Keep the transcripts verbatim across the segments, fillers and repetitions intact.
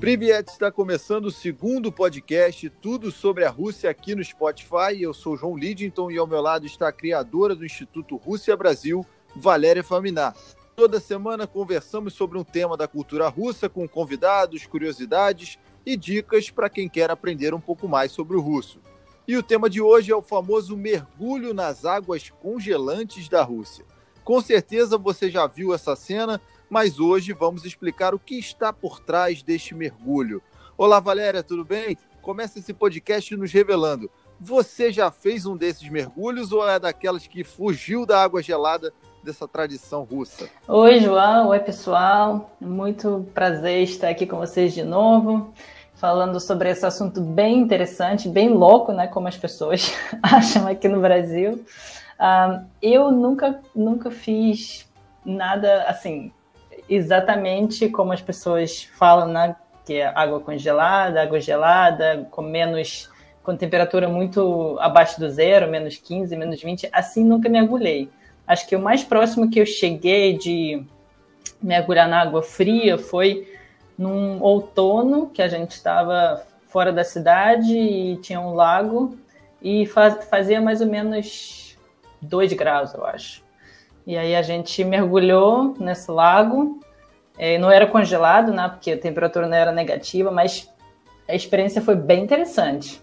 Privyet, está começando o segundo podcast, tudo sobre a Rússia aqui no Spotify. Eu sou o João Lidington e ao meu lado está a criadora do Instituto Rússia Brasil, Valéria Faminar. Toda semana conversamos sobre um tema da cultura russa com convidados, curiosidades e dicas para quem quer aprender um pouco mais sobre o russo. E o tema de hoje é o famoso mergulho nas águas congelantes da Rússia. Com certeza você já viu essa cena, mas hoje vamos explicar o que está por trás deste mergulho. Olá, Valéria, tudo bem? Começa esse podcast nos revelando. Você já fez um desses mergulhos ou é daquelas que fugiu da água gelada dessa tradição russa? Oi, João. Oi, pessoal. Muito prazer estar aqui com vocês de novo, falando sobre esse assunto bem interessante, bem louco, né, como as pessoas acham aqui no Brasil. Uh, eu nunca, nunca fiz nada assim, exatamente como as pessoas falam, né, que é água congelada, água gelada, com menos, com temperatura muito abaixo do zero, menos quinze, menos vinte, assim nunca mergulhei. Acho que o mais próximo que eu cheguei de mergulhar na água fria foi num outono, que a gente estava fora da cidade e tinha um lago, e faz, fazia mais ou menos dois graus, eu acho. E aí a gente mergulhou nesse lago, é, não era congelado, né, porque a temperatura não era negativa, mas a experiência foi bem interessante.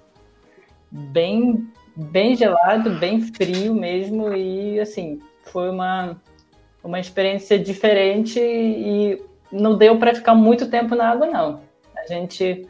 Bem, bem gelado, bem frio mesmo, e assim, foi uma, uma experiência diferente e não deu para ficar muito tempo na água, não. A gente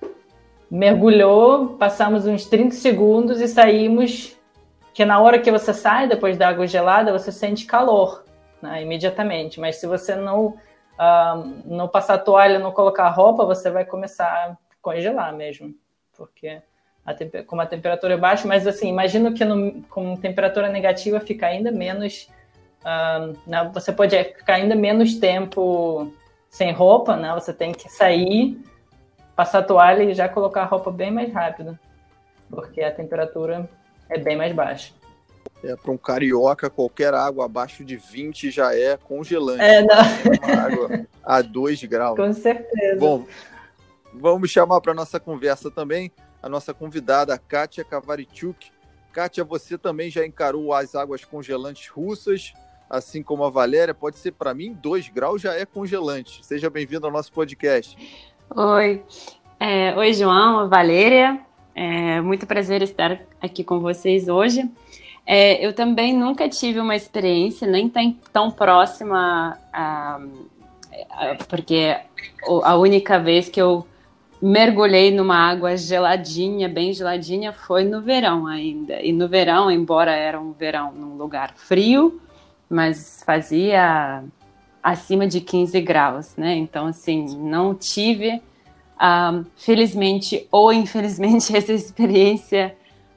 mergulhou, passamos uns trinta segundos e saímos, que na hora que você sai depois da água gelada, você sente calor, né, imediatamente. Mas se você não, uh, não passar toalha, não colocar roupa, você vai começar a congelar mesmo, porque a temp- como a temperatura é baixa, mas assim, imagino que no, com temperatura negativa fica ainda menos, uh, né, você pode ficar ainda menos tempo sem roupa, né? Você tem que sair, passar a toalha e já colocar a roupa bem mais rápido, porque a temperatura é bem mais baixa. É, para um carioca, qualquer água abaixo de vinte já é congelante. É, não. É uma água a dois graus. Com certeza. Bom, vamos chamar para a nossa conversa também a nossa convidada, Kátia Kavarichuk. Kátia, você também já encarou as águas congelantes russas, assim como a Valéria. Pode ser, para mim, dois graus já é congelante. Seja bem-vindo ao nosso podcast. Oi, é, oi João, Valéria. É muito prazer estar aqui com vocês hoje. É, eu também nunca tive uma experiência nem tão, tão próxima, a, a, porque a única vez que eu mergulhei numa água geladinha, bem geladinha, foi no verão ainda. E no verão, embora era um verão num lugar frio, mas fazia acima de quinze graus, né? Então, assim, não tive... Um, felizmente ou infelizmente essa experiência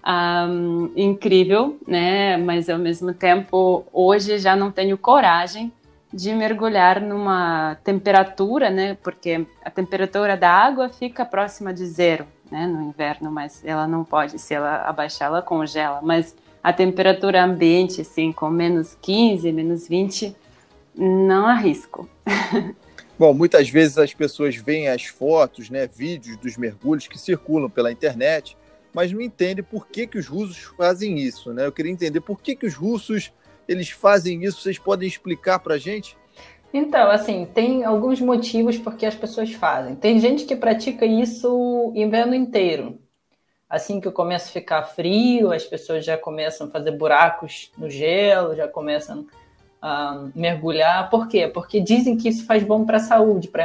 um, incrível, né? Mas ao mesmo tempo hoje já não tenho coragem de mergulhar numa temperatura, né? Porque a temperatura da água fica próxima de zero, né? No inverno, mas ela não pode, se ela abaixar, ela congela. Mas a temperatura ambiente, assim, com menos quinze, menos vinte, não arrisco. Bom, muitas vezes as pessoas veem as fotos, né, vídeos dos mergulhos que circulam pela internet, mas não entendem por que, que os russos fazem isso, né? Eu queria entender por que, que os russos eles fazem isso. Vocês podem explicar para a gente? Então, assim, tem alguns motivos por que as pessoas fazem. Tem gente que pratica isso o inverno inteiro. Assim que começa a ficar frio, as pessoas já começam a fazer buracos no gelo, já começam Uh, mergulhar. Por quê? Porque dizem que isso faz bom para a saúde, para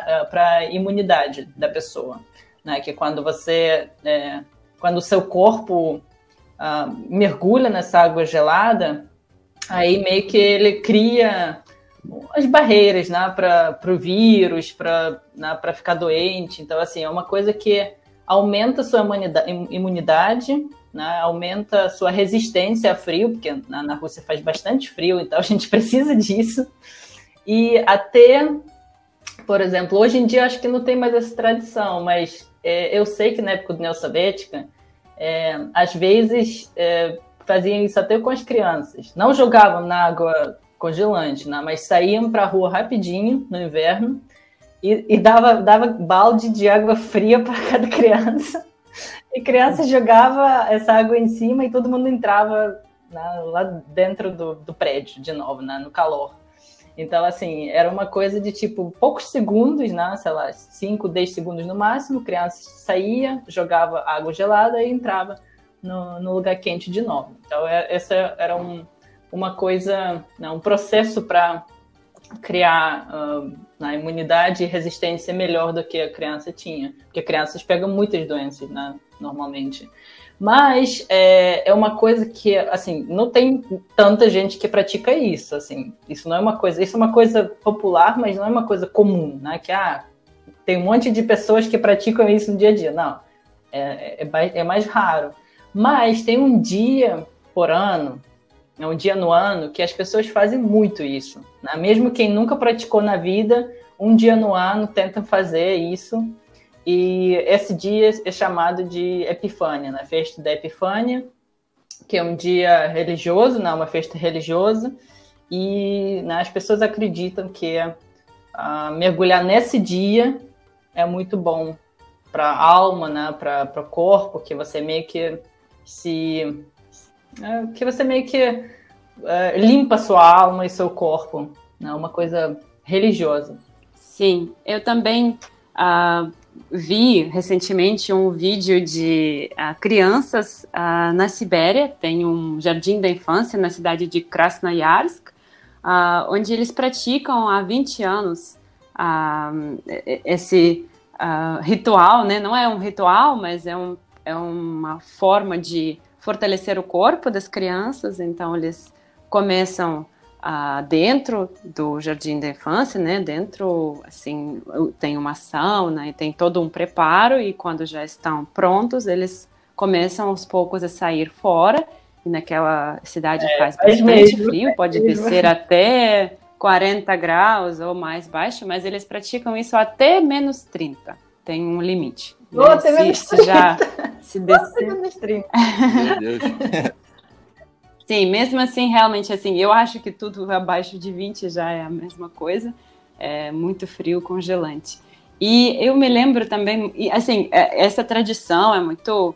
a imunidade da pessoa, né? Que quando você, é, quando o seu corpo uh, mergulha nessa água gelada, aí meio que ele cria as barreiras, né, para o vírus, para, né, para ficar doente. Então, assim, é uma coisa que aumenta a sua imunidade, né, aumenta a sua resistência a frio, porque na, na Rússia faz bastante frio, então a gente precisa disso. E até, por exemplo, hoje em dia acho que não tem mais essa tradição, mas é, eu sei que na época da União Soviética, é, às vezes é, faziam isso até com as crianças. Não jogavam na água congelante, né, mas saíam para a rua rapidinho no inverno e, e dava, dava balde de água fria para cada criança. E criança jogava essa água em cima e todo mundo entrava na, lá dentro do, do prédio, de novo, né, no calor. Então, assim, era uma coisa de, tipo, poucos segundos, né, sei lá, cinco, dez segundos no máximo, criança saía, jogava água gelada e entrava no, no lugar quente de novo. Então, essa era um, uma coisa, né, um processo para criar uh, na imunidade e resistência melhor do que a criança tinha, porque crianças pegam muitas doenças, né, normalmente. Mas é, é uma coisa que, assim, não tem tanta gente que pratica isso, assim, isso não é uma coisa, isso é uma coisa popular, mas não é uma coisa comum, né, que, ah, tem um monte de pessoas que praticam isso no dia a dia, não, é, é, é mais raro, mas tem um dia por ano, é um dia no ano que as pessoas fazem muito isso, né? Mesmo quem nunca praticou na vida, um dia no ano tentam fazer isso. E esse dia é chamado de Epifânia, né? Festa da Epifânia, que é um dia religioso, né? Uma festa religiosa. E, né, as pessoas acreditam que uh, mergulhar nesse dia é muito bom para a alma, né? Para o corpo, que você meio que se... É, que você meio que é, limpa sua alma e seu corpo, né? Uma coisa religiosa. Sim, eu também uh, vi recentemente um vídeo de uh, crianças uh, na Sibéria, tem um jardim da infância na cidade de Krasnoyarsk, uh, onde eles praticam há vinte anos uh, esse uh, ritual, né? Não é um ritual, mas é, um, é uma forma de fortalecer o corpo das crianças. Então eles começam ah, dentro do jardim da infância, né? Dentro, assim, tem uma sauna e tem todo um preparo, e quando já estão prontos, eles começam aos poucos a sair fora, e naquela cidade é, faz bastante mesmo, frio, pode é descer até quarenta graus ou mais baixo, mas eles praticam isso até menos trinta, tem um limite. Né? Oh, se, se já se descer... Meu Deus. Sim, mesmo assim, realmente, assim, eu acho que tudo abaixo de vinte já é a mesma coisa, é muito frio, congelante. E eu me lembro também, assim, essa tradição é muito,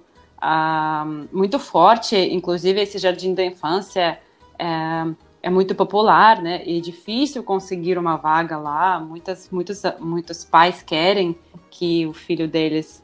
uh, muito forte, inclusive esse jardim da infância é, é muito popular, né, e é difícil conseguir uma vaga lá, muitas, muitos, muitos pais querem que o filho deles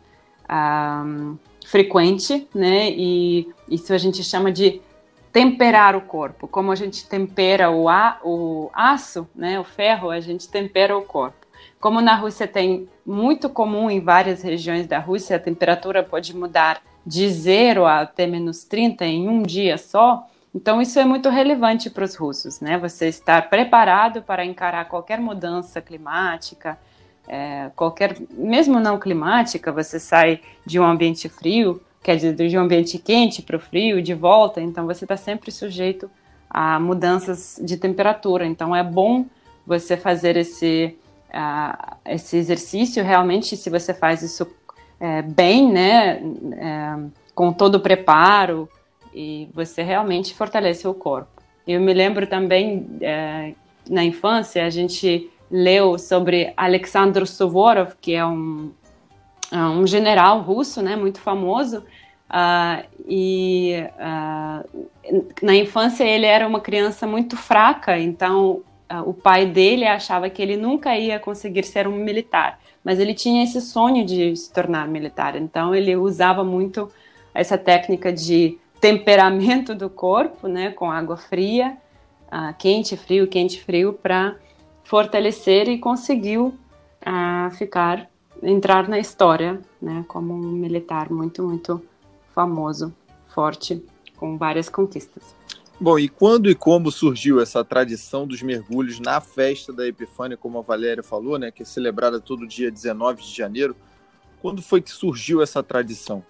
um, frequente, né, e isso a gente chama de temperar o corpo. Como a gente tempera o, a, o aço, né, o ferro, a gente tempera o corpo. Como na Rússia tem muito comum em várias regiões da Rússia, a temperatura pode mudar de zero até menos trinta em um dia só, então isso é muito relevante para os russos, né, você estar preparado para encarar qualquer mudança climática, é, qualquer, mesmo não climática, você sai de um ambiente frio, quer dizer, de um ambiente quente para o frio, de volta, então você está sempre sujeito a mudanças de temperatura. Então é bom você fazer esse, uh, esse exercício, realmente, se você faz isso é, bem, né, é, com todo o preparo, e você realmente fortalece o corpo. Eu me lembro também, é, na infância, a gente leu sobre Alexander Suvorov, que é um um general russo, né, muito famoso, uh, e uh, na infância ele era uma criança muito fraca, então uh, o pai dele achava que ele nunca ia conseguir ser um militar, mas ele tinha esse sonho de se tornar militar, então ele usava muito essa técnica de temperamento do corpo, né, com água fria, uh, quente, frio, quente, frio, para fortalecer, e conseguiu uh, ficar entrar na história, né, como um militar muito, muito famoso, forte, com várias conquistas. Bom, e quando e como surgiu essa tradição dos mergulhos na festa da Epifânia, como a Valéria falou, né, que é celebrada todo dia dezenove de janeiro? Quando foi que surgiu essa tradição?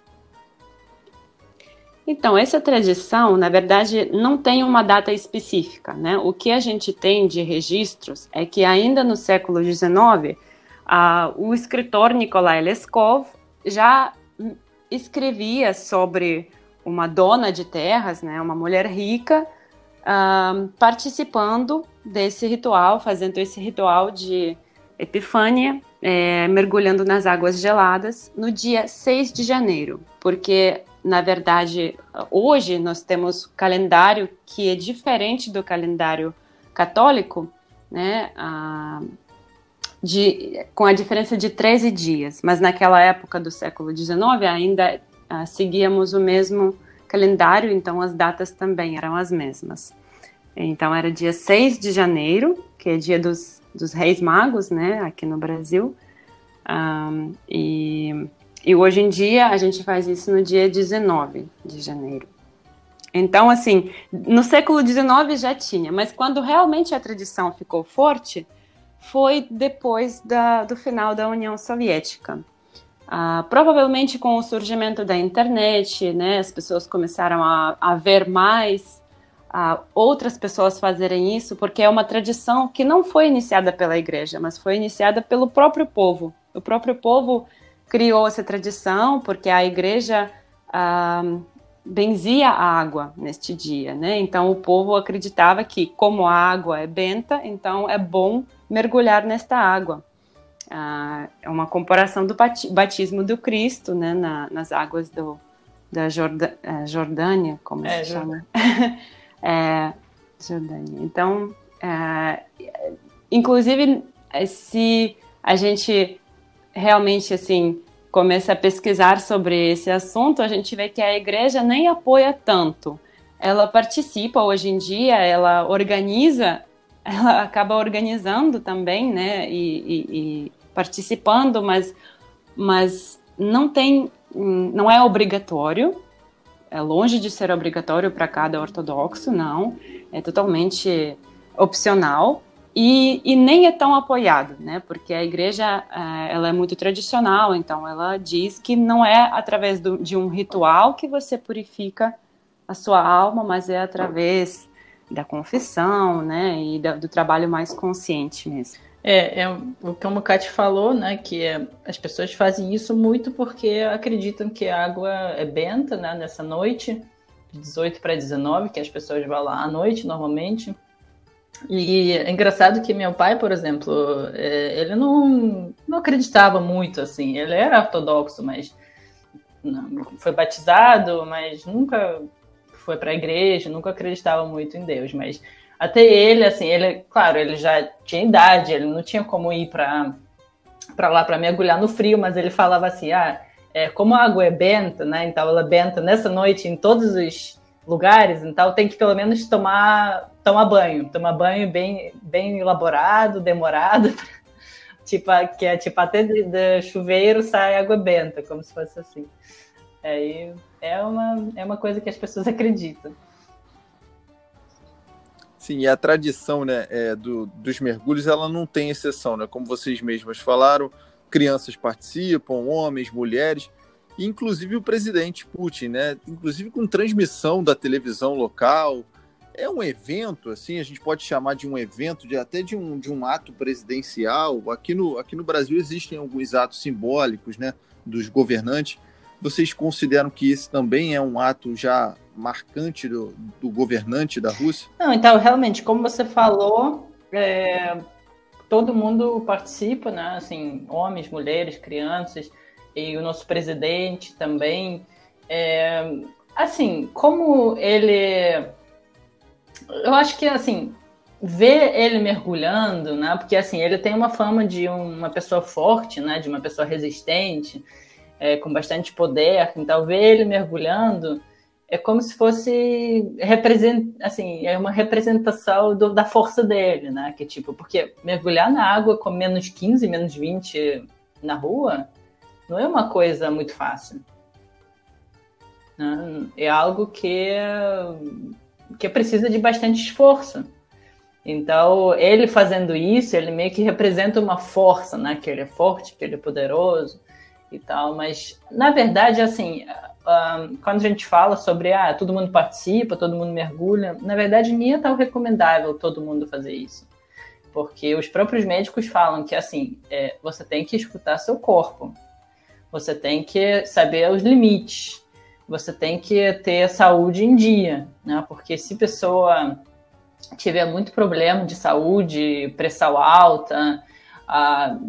Então, essa tradição, na verdade, não tem uma data específica, né? O que a gente tem de registros é que ainda no século dezenove, Uh, o escritor Nikolai Leskov já escrevia sobre uma dona de terras, né, uma mulher rica, uh, participando desse ritual, fazendo esse ritual de Epifânia, é, mergulhando nas águas geladas no dia seis de janeiro, porque, na verdade, hoje nós temos calendário que é diferente do calendário católico, né, a, de, com a diferença de treze dias, mas naquela época do século dezenove ainda a, seguíamos o mesmo calendário, então as datas também eram as mesmas. Então era dia seis de janeiro, que é dia dos, dos Reis Magos, né, aqui no Brasil, um, e, e hoje em dia a gente faz isso no dia dezenove de janeiro. Então, assim, no século dezenove já tinha, mas quando realmente a tradição ficou forte, foi depois da, do final da União Soviética. Uh, provavelmente com o surgimento da internet, né, as pessoas começaram a, a ver mais Uh, outras pessoas fazerem isso, porque é uma tradição que não foi iniciada pela igreja, mas foi iniciada pelo próprio povo. O próprio povo criou essa tradição porque a igreja uh, benzia a água neste dia, né? Então o povo acreditava que, como a água é benta, então é bom mergulhar nesta água. Uh, é uma comparação do batismo do Cristo, né, na, nas águas do, da Jorda, uh, Jordânia, como é, se chama? É, Jordânia. Então, é, inclusive, se a gente realmente assim começa a pesquisar sobre esse assunto, a gente vê que a igreja nem apoia tanto. Ela participa hoje em dia, ela organiza, ela acaba organizando também, né, e, e, e participando, mas, mas não tem, não é obrigatório. É longe de ser obrigatório para cada ortodoxo, não. É totalmente opcional e, e nem é tão apoiado, né? Porque a igreja ela é muito tradicional, então ela diz que não é através do, de um ritual que você purifica a sua alma, mas é através da confissão, né? E da, do trabalho mais consciente mesmo. É, é o que o Kati falou, né, que é, as pessoas fazem isso muito porque acreditam que a água é benta, né, nessa noite, de dezoito para dezenove, que as pessoas vão lá à noite, normalmente. E é engraçado que meu pai, por exemplo, é, ele não, não acreditava muito, assim, ele era ortodoxo, mas não, foi batizado, mas nunca foi para a igreja, nunca acreditava muito em Deus, mas até ele, assim, ele, claro, ele já tinha idade, ele não tinha como ir para para lá para mergulhar no frio, mas ele falava assim, ah, é, como a água é benta, né, então ela é benta nessa noite em todos os lugares, então tem que pelo menos tomar, tomar banho, tomar banho bem, bem elaborado, demorado, tipo, que é tipo até de, de chuveiro sai água benta, como se fosse assim. Aí é uma, é uma coisa que as pessoas acreditam. Sim, e a tradição, né, é, do, dos mergulhos, ela não tem exceção, né? Como vocês mesmas falaram, crianças participam, homens, mulheres, inclusive o presidente Putin, né? Inclusive com transmissão da televisão local. É um evento, assim, a gente pode chamar de um evento, de, até de um, de um ato presidencial. Aqui no, aqui no Brasil existem alguns atos simbólicos, né, dos governantes. Vocês consideram que esse também é um ato já marcante do, do governante da Rússia? Não, então, realmente, como você falou, é, todo mundo participa, né? Assim, homens, mulheres, crianças, e o nosso presidente também. É, assim, como ele... Eu acho que, assim, ver ele mergulhando, né? Porque, assim, ele tem uma fama de uma pessoa forte, né? De uma pessoa resistente, é, com bastante poder. Então, ver ele mergulhando é como se fosse represent... assim, é uma representação do, da força dele, né? Que, tipo, porque mergulhar na água com menos quinze, menos vinte na rua não é uma coisa muito fácil. Né? É algo que, que precisa de bastante esforço. Então, ele fazendo isso, ele meio que representa uma força, né? Que ele é forte, que ele é poderoso e tal. Mas, na verdade, assim... Um, quando a gente fala sobre ah, todo mundo participa, todo mundo mergulha, na verdade nem é tão recomendável todo mundo fazer isso, porque os próprios médicos falam que assim, é, você tem que escutar seu corpo, você tem que saber os limites, você tem que ter a saúde em dia, né? Porque se a pessoa tiver muito problema de saúde, pressão alta, ah,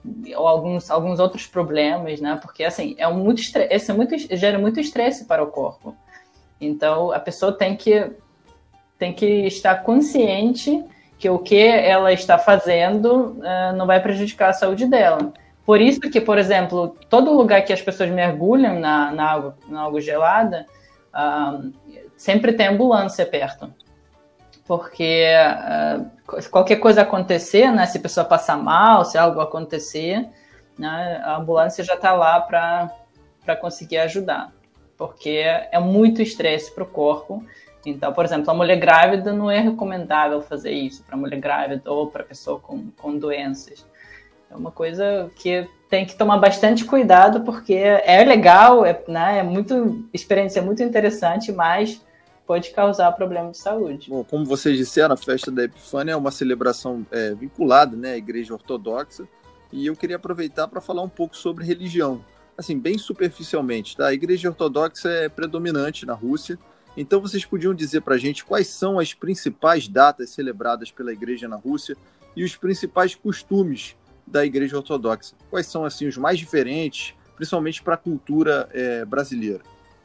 ou alguns, alguns outros problemas, né? Porque, assim, é um muito estresse, é muito, gera muito estresse para o corpo. Então, a pessoa tem que, tem que estar consciente que o que ela está fazendo uh, não vai prejudicar a saúde dela. Por isso que, por exemplo, todo lugar que as pessoas mergulham na, na, água, na água gelada, uh, sempre tem ambulância perto. Porque uh, qualquer coisa acontecer, né, se a pessoa passar mal, se algo acontecer, né, a ambulância já está lá para conseguir ajudar. Porque é muito estresse para o corpo. Então, por exemplo, a mulher grávida não é recomendável fazer isso para a mulher grávida ou para pessoa com, com doenças. É uma coisa que tem que tomar bastante cuidado, porque é legal, é, né, é muito, experiência muito interessante, mas pode causar problema de saúde. Bom, como vocês disseram, a festa da Epifânia é uma celebração é, vinculada, né, à Igreja Ortodoxa, e eu queria aproveitar para falar um pouco sobre religião. Assim, bem superficialmente, tá? A Igreja Ortodoxa é predominante na Rússia, então vocês podiam dizer para a gente quais são as principais datas celebradas pela Igreja na Rússia e os principais costumes da Igreja Ortodoxa? Quais são, assim, os mais diferentes, principalmente para a cultura é, brasileira?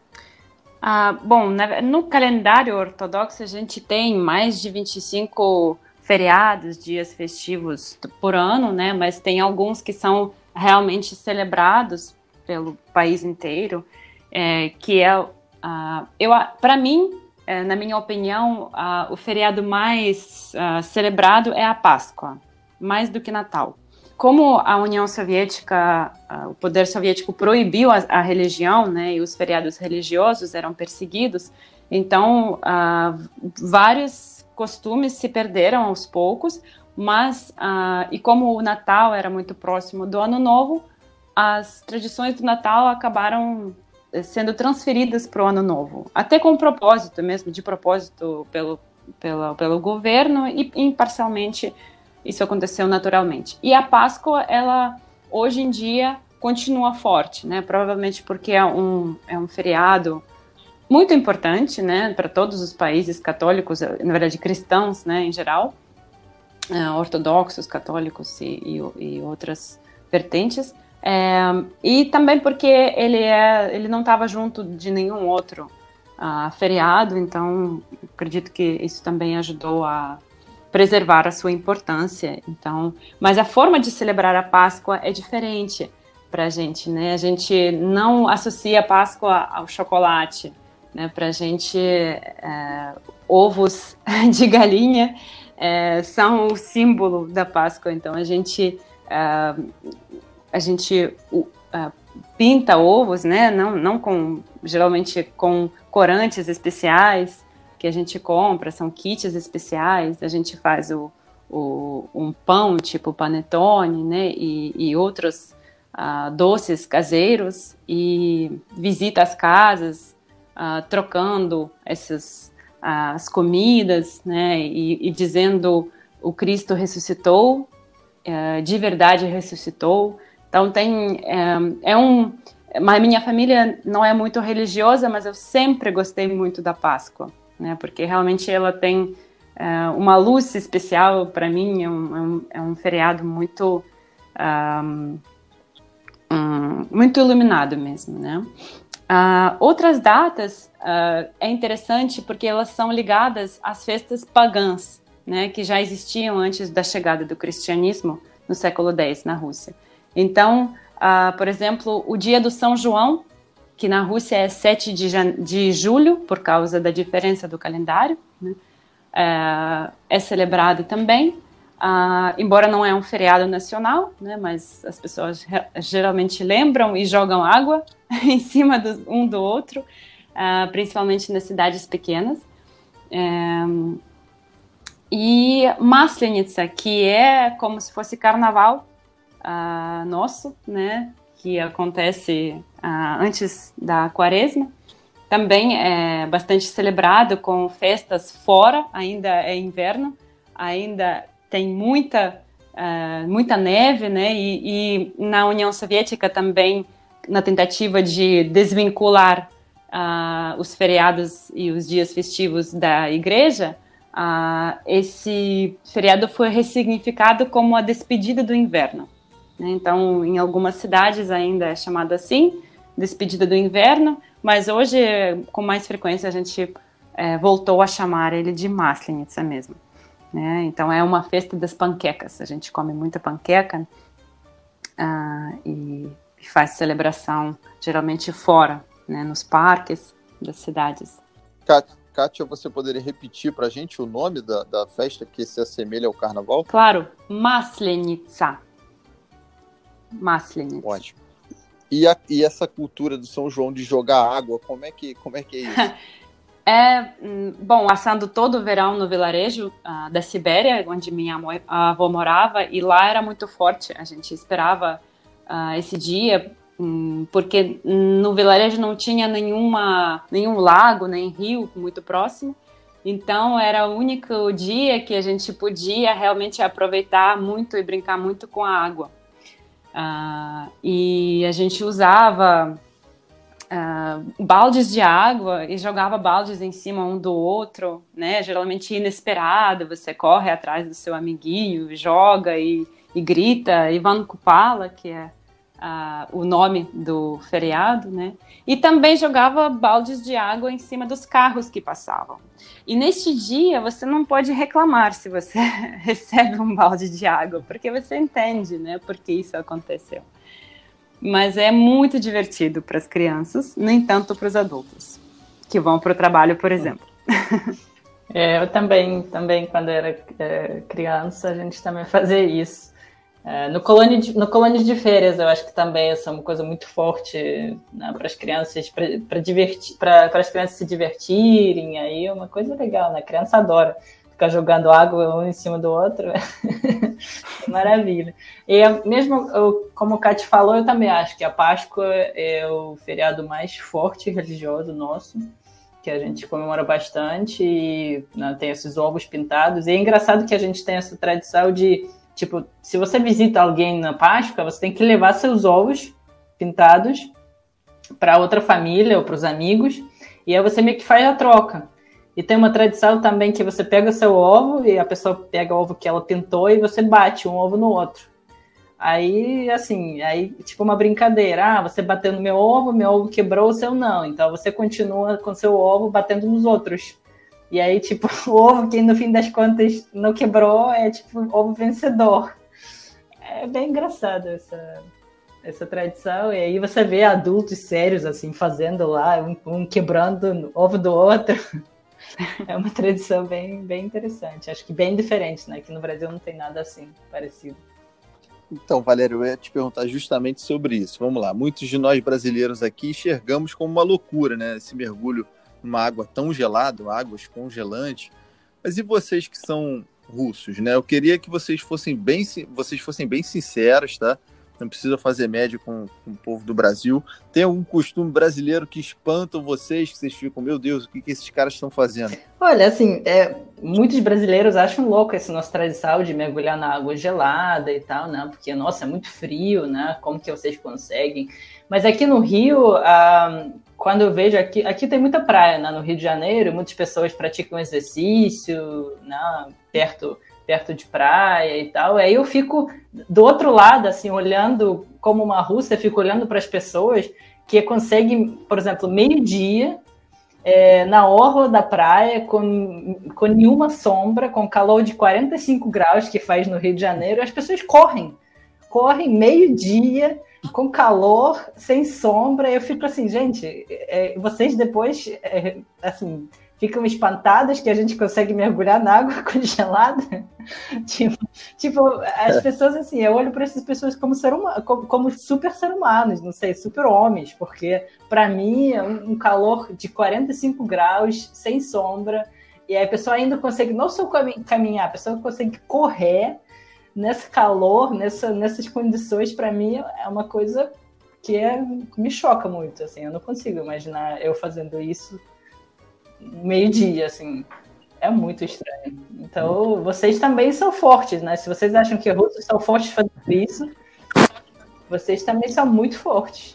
Ah, bom, no calendário ortodoxo a gente tem mais de vinte e cinco feriados, dias festivos por ano, né? Mas tem alguns que são realmente celebrados pelo país inteiro, é, que é, uh, eu, para mim, é, na minha opinião, uh, o feriado mais uh, celebrado é a Páscoa, mais do que Natal. Como a União Soviética, uh, o poder soviético proibiu a, a religião, né, e os feriados religiosos eram perseguidos, então uh, vários costumes se perderam aos poucos, mas, uh, e como o Natal era muito próximo do Ano Novo, as tradições do Natal acabaram sendo transferidas para o Ano Novo, até com propósito mesmo, de propósito pelo, pelo, pelo governo, e, e parcialmente isso aconteceu naturalmente. E a Páscoa, ela, hoje em dia, continua forte, né? Provavelmente porque é um, é um feriado muito importante, né? Para todos os países católicos, na verdade cristãos, né? Em geral, é, ortodoxos, católicos e, e, e outras vertentes. É, e também porque ele, é, ele não estava junto de nenhum outro uh, feriado, então acredito que isso também ajudou a preservar a sua importância. Então, mas a forma de celebrar a Páscoa é diferente para a gente, né? A gente não associa a Páscoa ao chocolate, né? Para a gente, é, ovos de galinha é, são o símbolo da Páscoa. Então, a gente, é, a gente uh, pinta ovos, né? Não, não com, geralmente com corantes especiais que a gente compra, são kits especiais, a gente faz o, o, um pão tipo panetone, né, e, e outros uh, doces caseiros, e visita as casas, uh, trocando essas, uh, as comidas, né, e, e dizendo o Cristo ressuscitou, uh, de verdade ressuscitou. Então tem, é, é um... A minha família não é muito religiosa, mas eu sempre gostei muito da Páscoa, né, porque realmente ela tem uh, uma luz especial para mim, é um, é, um, é um feriado muito, um, um, muito iluminado mesmo, né. Uh, outras datas uh, é interessante porque elas são ligadas às festas pagãs, né, que já existiam antes da chegada do cristianismo no século dez na Rússia. Então, uh, por exemplo, o dia do São João, que na Rússia é sete de, de julho, por causa da diferença do calendário, né? é, é celebrado também, uh, embora não é um feriado nacional, né? Mas as pessoas geralmente lembram e jogam água em cima do, um do outro, uh, principalmente nas cidades pequenas. É, e Maslenitsa, que é como se fosse carnaval uh, nosso, né? Que acontece uh, antes da quaresma, também é bastante celebrado com festas fora, ainda é inverno, ainda tem muita, uh, muita neve, né? E, e na União Soviética também, na tentativa de desvincular uh, os feriados e os dias festivos da igreja, uh, esse feriado foi ressignificado como a despedida do inverno. né? Então, em algumas cidades ainda é chamado assim, despedida do inverno, mas hoje, com mais frequência, a gente é, voltou a chamar ele de Maslenitsa mesmo, né? Então, é uma festa das panquecas, a gente come muita panqueca uh, e, e faz celebração, geralmente fora, né, nos parques das cidades. Kátia, você poderia repetir para a gente o nome da, da festa que se assemelha ao carnaval? Claro, Maslenitsa. Maslenitsa. Ótimo. E, a, e essa cultura do São João de jogar água, como é que, como é, que é isso? É, bom, passando todo o verão no vilarejo uh, da Sibéria, onde minha avó morava, e lá era muito forte, a gente esperava uh, esse dia, um, porque no vilarejo não tinha nenhuma, nenhum lago, nem rio muito próximo, então era o único dia que a gente podia realmente aproveitar muito e brincar muito com a água. Uh, e a gente usava uh, baldes de água e jogava baldes em cima um do outro, né? Geralmente inesperado, você corre atrás do seu amiguinho, joga e, e grita Ivan Kupala, que é uh, o nome do feriado, né? E também jogava baldes de água em cima dos carros que passavam. E neste dia você não pode reclamar se você recebe um balde de água, porque você entende, né, por que isso aconteceu. Mas é muito divertido para as crianças, nem tanto para os adultos, que vão para o trabalho, por exemplo. É, eu também, também, quando era é, criança, a gente também fazia isso. É, no, colônia de, no colônia de férias, eu acho que também essa é uma coisa muito forte, né, para as crianças, para divertir, para as crianças se divertirem, aí é uma coisa legal, né? A criança adora ficar jogando água um em cima do outro, maravilha. E mesmo, eu, como o Kátia falou, eu também acho que a Páscoa é o feriado mais forte religioso nosso, que a gente comemora bastante e, né, tem esses ovos pintados, e é engraçado que a gente tem essa tradição de, tipo, se você visita alguém na Páscoa, você tem que levar seus ovos pintados para outra família ou para os amigos, e aí você meio que faz a troca. E tem uma tradição também que você pega o seu ovo e a pessoa pega o ovo que ela pintou e você bate um ovo no outro. Aí, assim, aí tipo uma brincadeira. Ah, você bateu no meu ovo, meu ovo quebrou, o seu não. Então você continua com o seu ovo batendo nos outros. E aí, tipo, o ovo que no fim das contas não quebrou é tipo o ovo vencedor. É bem engraçado essa, essa tradição. E aí você vê adultos sérios, assim, fazendo lá, um, um quebrando o ovo do outro. É uma tradição bem, bem interessante. Acho que bem diferente, né? Que no Brasil não tem nada assim, parecido. Então, Valério, eu ia te perguntar justamente sobre isso. Vamos lá. Muitos de nós brasileiros aqui enxergamos como uma loucura, né? Esse mergulho numa água tão gelada, águas congelantes. Mas e vocês que são russos, né? Eu queria que vocês fossem bem, vocês fossem bem sinceros, tá? Não precisa fazer média com, com o povo do Brasil. Tem algum costume brasileiro que espanta vocês, que vocês ficam, meu Deus, o que, que esses caras estão fazendo? Olha, assim, é, muitos brasileiros acham louco essa nossa tradição de mergulhar na água gelada e tal, né? Porque, nossa, é muito frio, né? Como que vocês conseguem? Mas aqui no Rio, ah, quando eu vejo aqui, aqui tem muita praia, né? No Rio de Janeiro, muitas pessoas praticam exercício, né? Perto... perto de praia e tal, aí eu fico do outro lado, assim, olhando como uma russa, eu fico olhando para as pessoas que conseguem, por exemplo, meio-dia, é, na orla da praia, com, com nenhuma sombra, com calor de quarenta e cinco graus que faz no Rio de Janeiro, as pessoas correm, correm meio-dia, com calor, sem sombra, eu fico assim, gente, é, vocês depois, é, assim... ficam espantadas que a gente consegue mergulhar na água congelada. tipo, tipo, as pessoas, assim, eu olho para essas pessoas como, ser humano, como, como super ser humanos, não sei, super homens, porque para mim é um, um calor de quarenta e cinco graus, sem sombra, e aí a pessoa ainda consegue não só caminhar, a pessoa consegue correr nesse calor, nessa, nessas condições, para mim é uma coisa que é, me choca muito, assim, eu não consigo imaginar eu fazendo isso meio-dia, assim, é muito estranho. Então, vocês também são fortes, né? Se vocês acham que russos são fortes fazendo isso, vocês também são muito fortes.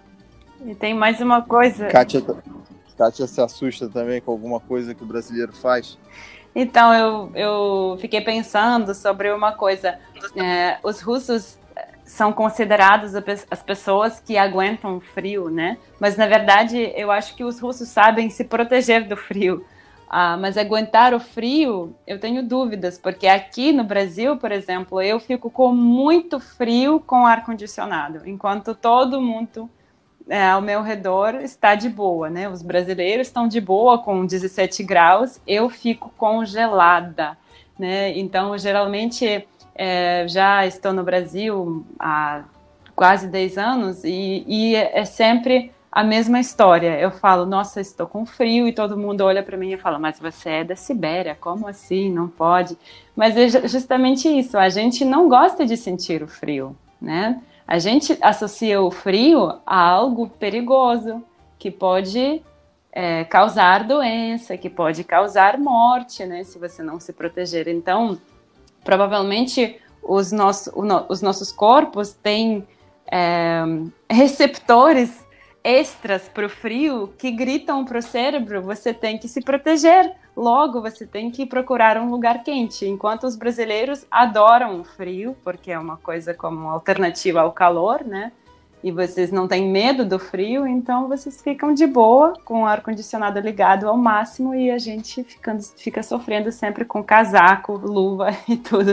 E tem mais uma coisa... Kátia, Kátia se assusta também com alguma coisa que o brasileiro faz? Então, eu, eu fiquei pensando sobre uma coisa. É, os russos são considerados as pessoas que aguentam o frio, né? Mas, na verdade, eu acho que os russos sabem se proteger do frio. Ah, mas aguentar o frio, eu tenho dúvidas, porque aqui no Brasil, por exemplo, eu fico com muito frio com ar-condicionado, enquanto todo mundo é, ao meu redor está de boa, né? Os brasileiros estão de boa com dezessete graus, eu fico congelada, né? Então, geralmente, é, já estou no Brasil há quase dez anos e, e é sempre a mesma história. Eu falo, nossa, estou com frio, e todo mundo olha para mim e fala, mas você é da Sibéria, como assim? Não pode. Mas é justamente isso, a gente não gosta de sentir o frio, né? A gente associa o frio a algo perigoso, que pode é, causar doença, que pode causar morte, né? Se você não se proteger. Então, provavelmente, os, nosso, os nossos corpos têm é, receptores extras para o frio que gritam para o cérebro, você tem que se proteger, logo você tem que procurar um lugar quente, enquanto os brasileiros adoram o frio, porque é uma coisa como alternativa ao calor, né? E vocês não têm medo do frio, então vocês ficam de boa com o ar-condicionado ligado ao máximo e a gente ficando, fica sofrendo sempre com casaco, luva e tudo,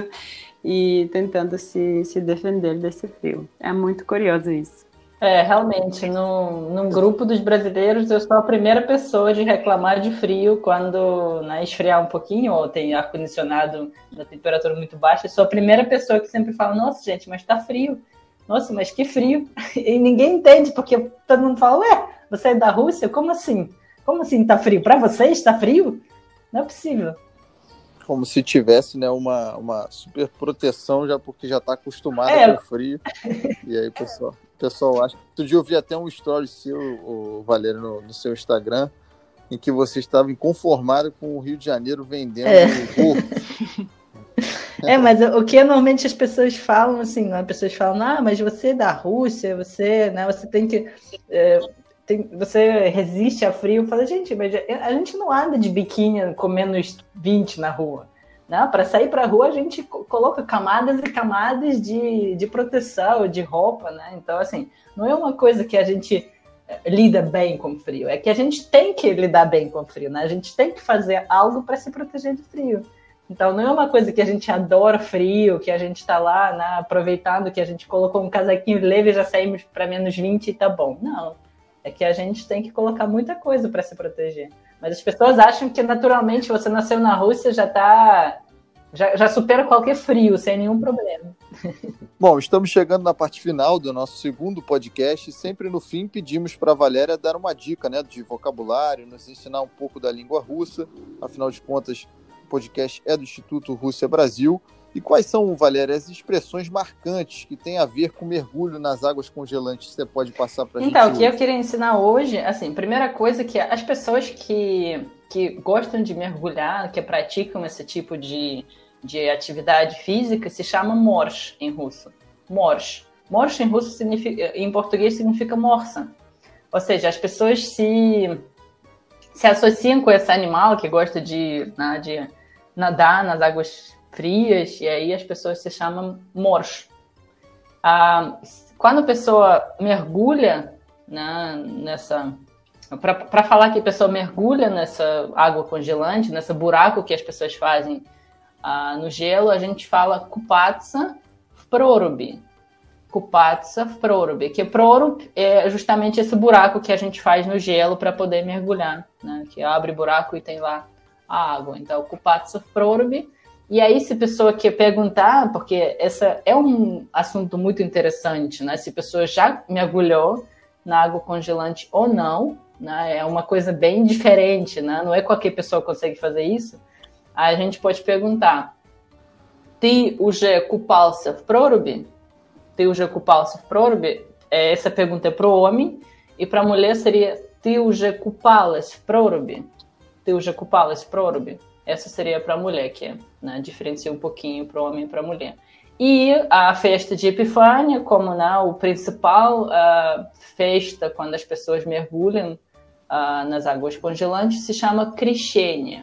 e tentando se, se defender desse frio. É muito curioso isso. É, realmente, no, no grupo dos brasileiros, eu sou a primeira pessoa de reclamar de frio quando, né, esfriar um pouquinho, ou tem ar-condicionado na temperatura muito baixa. Eu sou a primeira pessoa que sempre fala, nossa, gente, mas tá frio. Nossa, mas que frio. E ninguém entende, porque todo mundo fala, ué, você é da Rússia? Como assim? Como assim tá frio? Para vocês tá frio? Não é possível. Como se tivesse, né, uma, uma super proteção, já porque já está acostumada é. com o frio. E aí, pessoal, o pessoal acha... Outro dia eu vi até um story seu, o Valério, no, no seu Instagram, em que você estava inconformado com o Rio de Janeiro vendendo é. gorro. É, mas o que normalmente as pessoas falam, assim, as pessoas falam, ah, mas você é da Rússia, você, né, você tem que... É, tem, você resiste a frio. Eu falo, gente, mas a gente não anda de biquíni com menos vinte na rua. Né? Para sair para a rua, a gente coloca camadas e camadas de, de proteção, de roupa, né? Então, assim, não é uma coisa que a gente lida bem com o frio, é que a gente tem que lidar bem com o frio, né? A gente tem que fazer algo para se proteger do frio. Então, não é uma coisa que a gente adora frio, que a gente está lá, né, aproveitando que a gente colocou um casaquinho leve e já saímos para menos vinte e tá bom. Não, é que a gente tem que colocar muita coisa para se proteger. Mas as pessoas acham que naturalmente você nasceu na Rússia, já tá, já, já supera qualquer frio, sem nenhum problema. Bom, estamos chegando na parte final do nosso segundo podcast. Sempre no fim pedimos para a Valéria dar uma dica, né, de vocabulário, nos ensinar um pouco da língua russa. Afinal de contas, o podcast é do Instituto Rússia Brasil. E quais são, Valéria, as expressões marcantes que têm a ver com mergulho nas águas congelantes que você pode passar para a gente? Então, o que eu queria ensinar hoje, assim, primeira coisa que as pessoas que, que gostam de mergulhar, que praticam esse tipo de, de atividade física, se chama morsh em russo. Morsh. Morsh em russo significa, em português significa morsa. Ou seja, as pessoas se, se associam com esse animal que gosta de, né, de nadar nas águas frias, e aí as pessoas se chamam morsh. Ah, quando a pessoa mergulha, né, nessa... Para falar que a pessoa mergulha nessa água congelante, nesse buraco que as pessoas fazem ah, no gelo, a gente fala kupatsa v prorubi. Kupatsa v prorubi. Que prorub é justamente esse buraco que a gente faz no gelo para poder mergulhar, né, que abre buraco e tem lá a água. Então, kupatsa v prorubi. E aí, se a pessoa quer perguntar, porque esse é um assunto muito interessante, né? Se a pessoa já mergulhou na água congelante ou não, né? É uma coisa bem diferente, né? Não é qualquer pessoa que consegue fazer isso. Aí a gente pode perguntar, Ty уже купался в проруби? Ty уже купался в проруби? Essa pergunta é para o homem, e para a mulher seria Ty уже купалась в проруби? Ty уже купалась в проруби? Essa seria para a mulher, que é, né, diferencia um pouquinho para o homem e para a mulher. E a festa de Epifânia, como, né, o principal uh, festa quando as pessoas mergulham uh, nas águas congelantes, se chama Krishenia.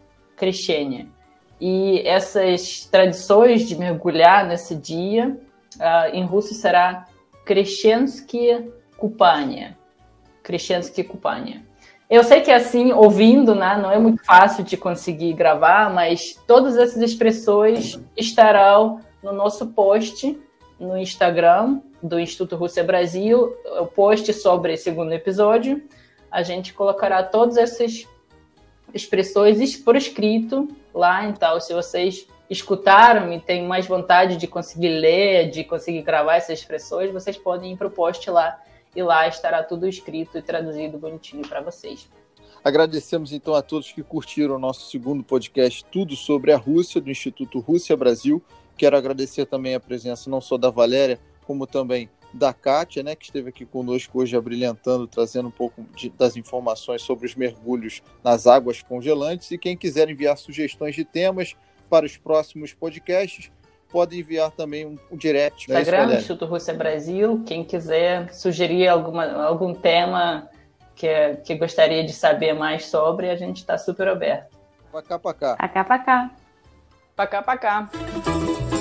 Krishenia. E essas tradições de mergulhar nesse dia uh, em russo será Crescensky Kupanie. Crescensky Kupanie. Eu sei que assim, ouvindo, né, não é muito fácil de conseguir gravar, mas todas essas expressões estarão no nosso post no Instagram do Instituto Rússia Brasil, o post sobre o segundo episódio. A gente colocará todas essas expressões por escrito lá, então se vocês escutaram e têm mais vontade de conseguir ler, de conseguir gravar essas expressões, vocês podem ir para o post lá e lá estará tudo escrito e traduzido bonitinho para vocês. Agradecemos então a todos que curtiram o nosso segundo podcast Tudo sobre a Rússia, do Instituto Rússia Brasil. Quero agradecer também a presença não só da Valéria, como também da Kátia, né, que esteve aqui conosco hoje abrilhantando, trazendo um pouco de, das informações sobre os mergulhos nas águas congelantes. E quem quiser enviar sugestões de temas para os próximos podcasts, pode enviar também um, um direct. Instagram, né, Instituto Rússia Brasil. Quem quiser sugerir alguma, algum tema que, que gostaria de saber mais sobre, a gente está super aberto. Pacá, pacá. Pacá, pacá. Pacá, pacá.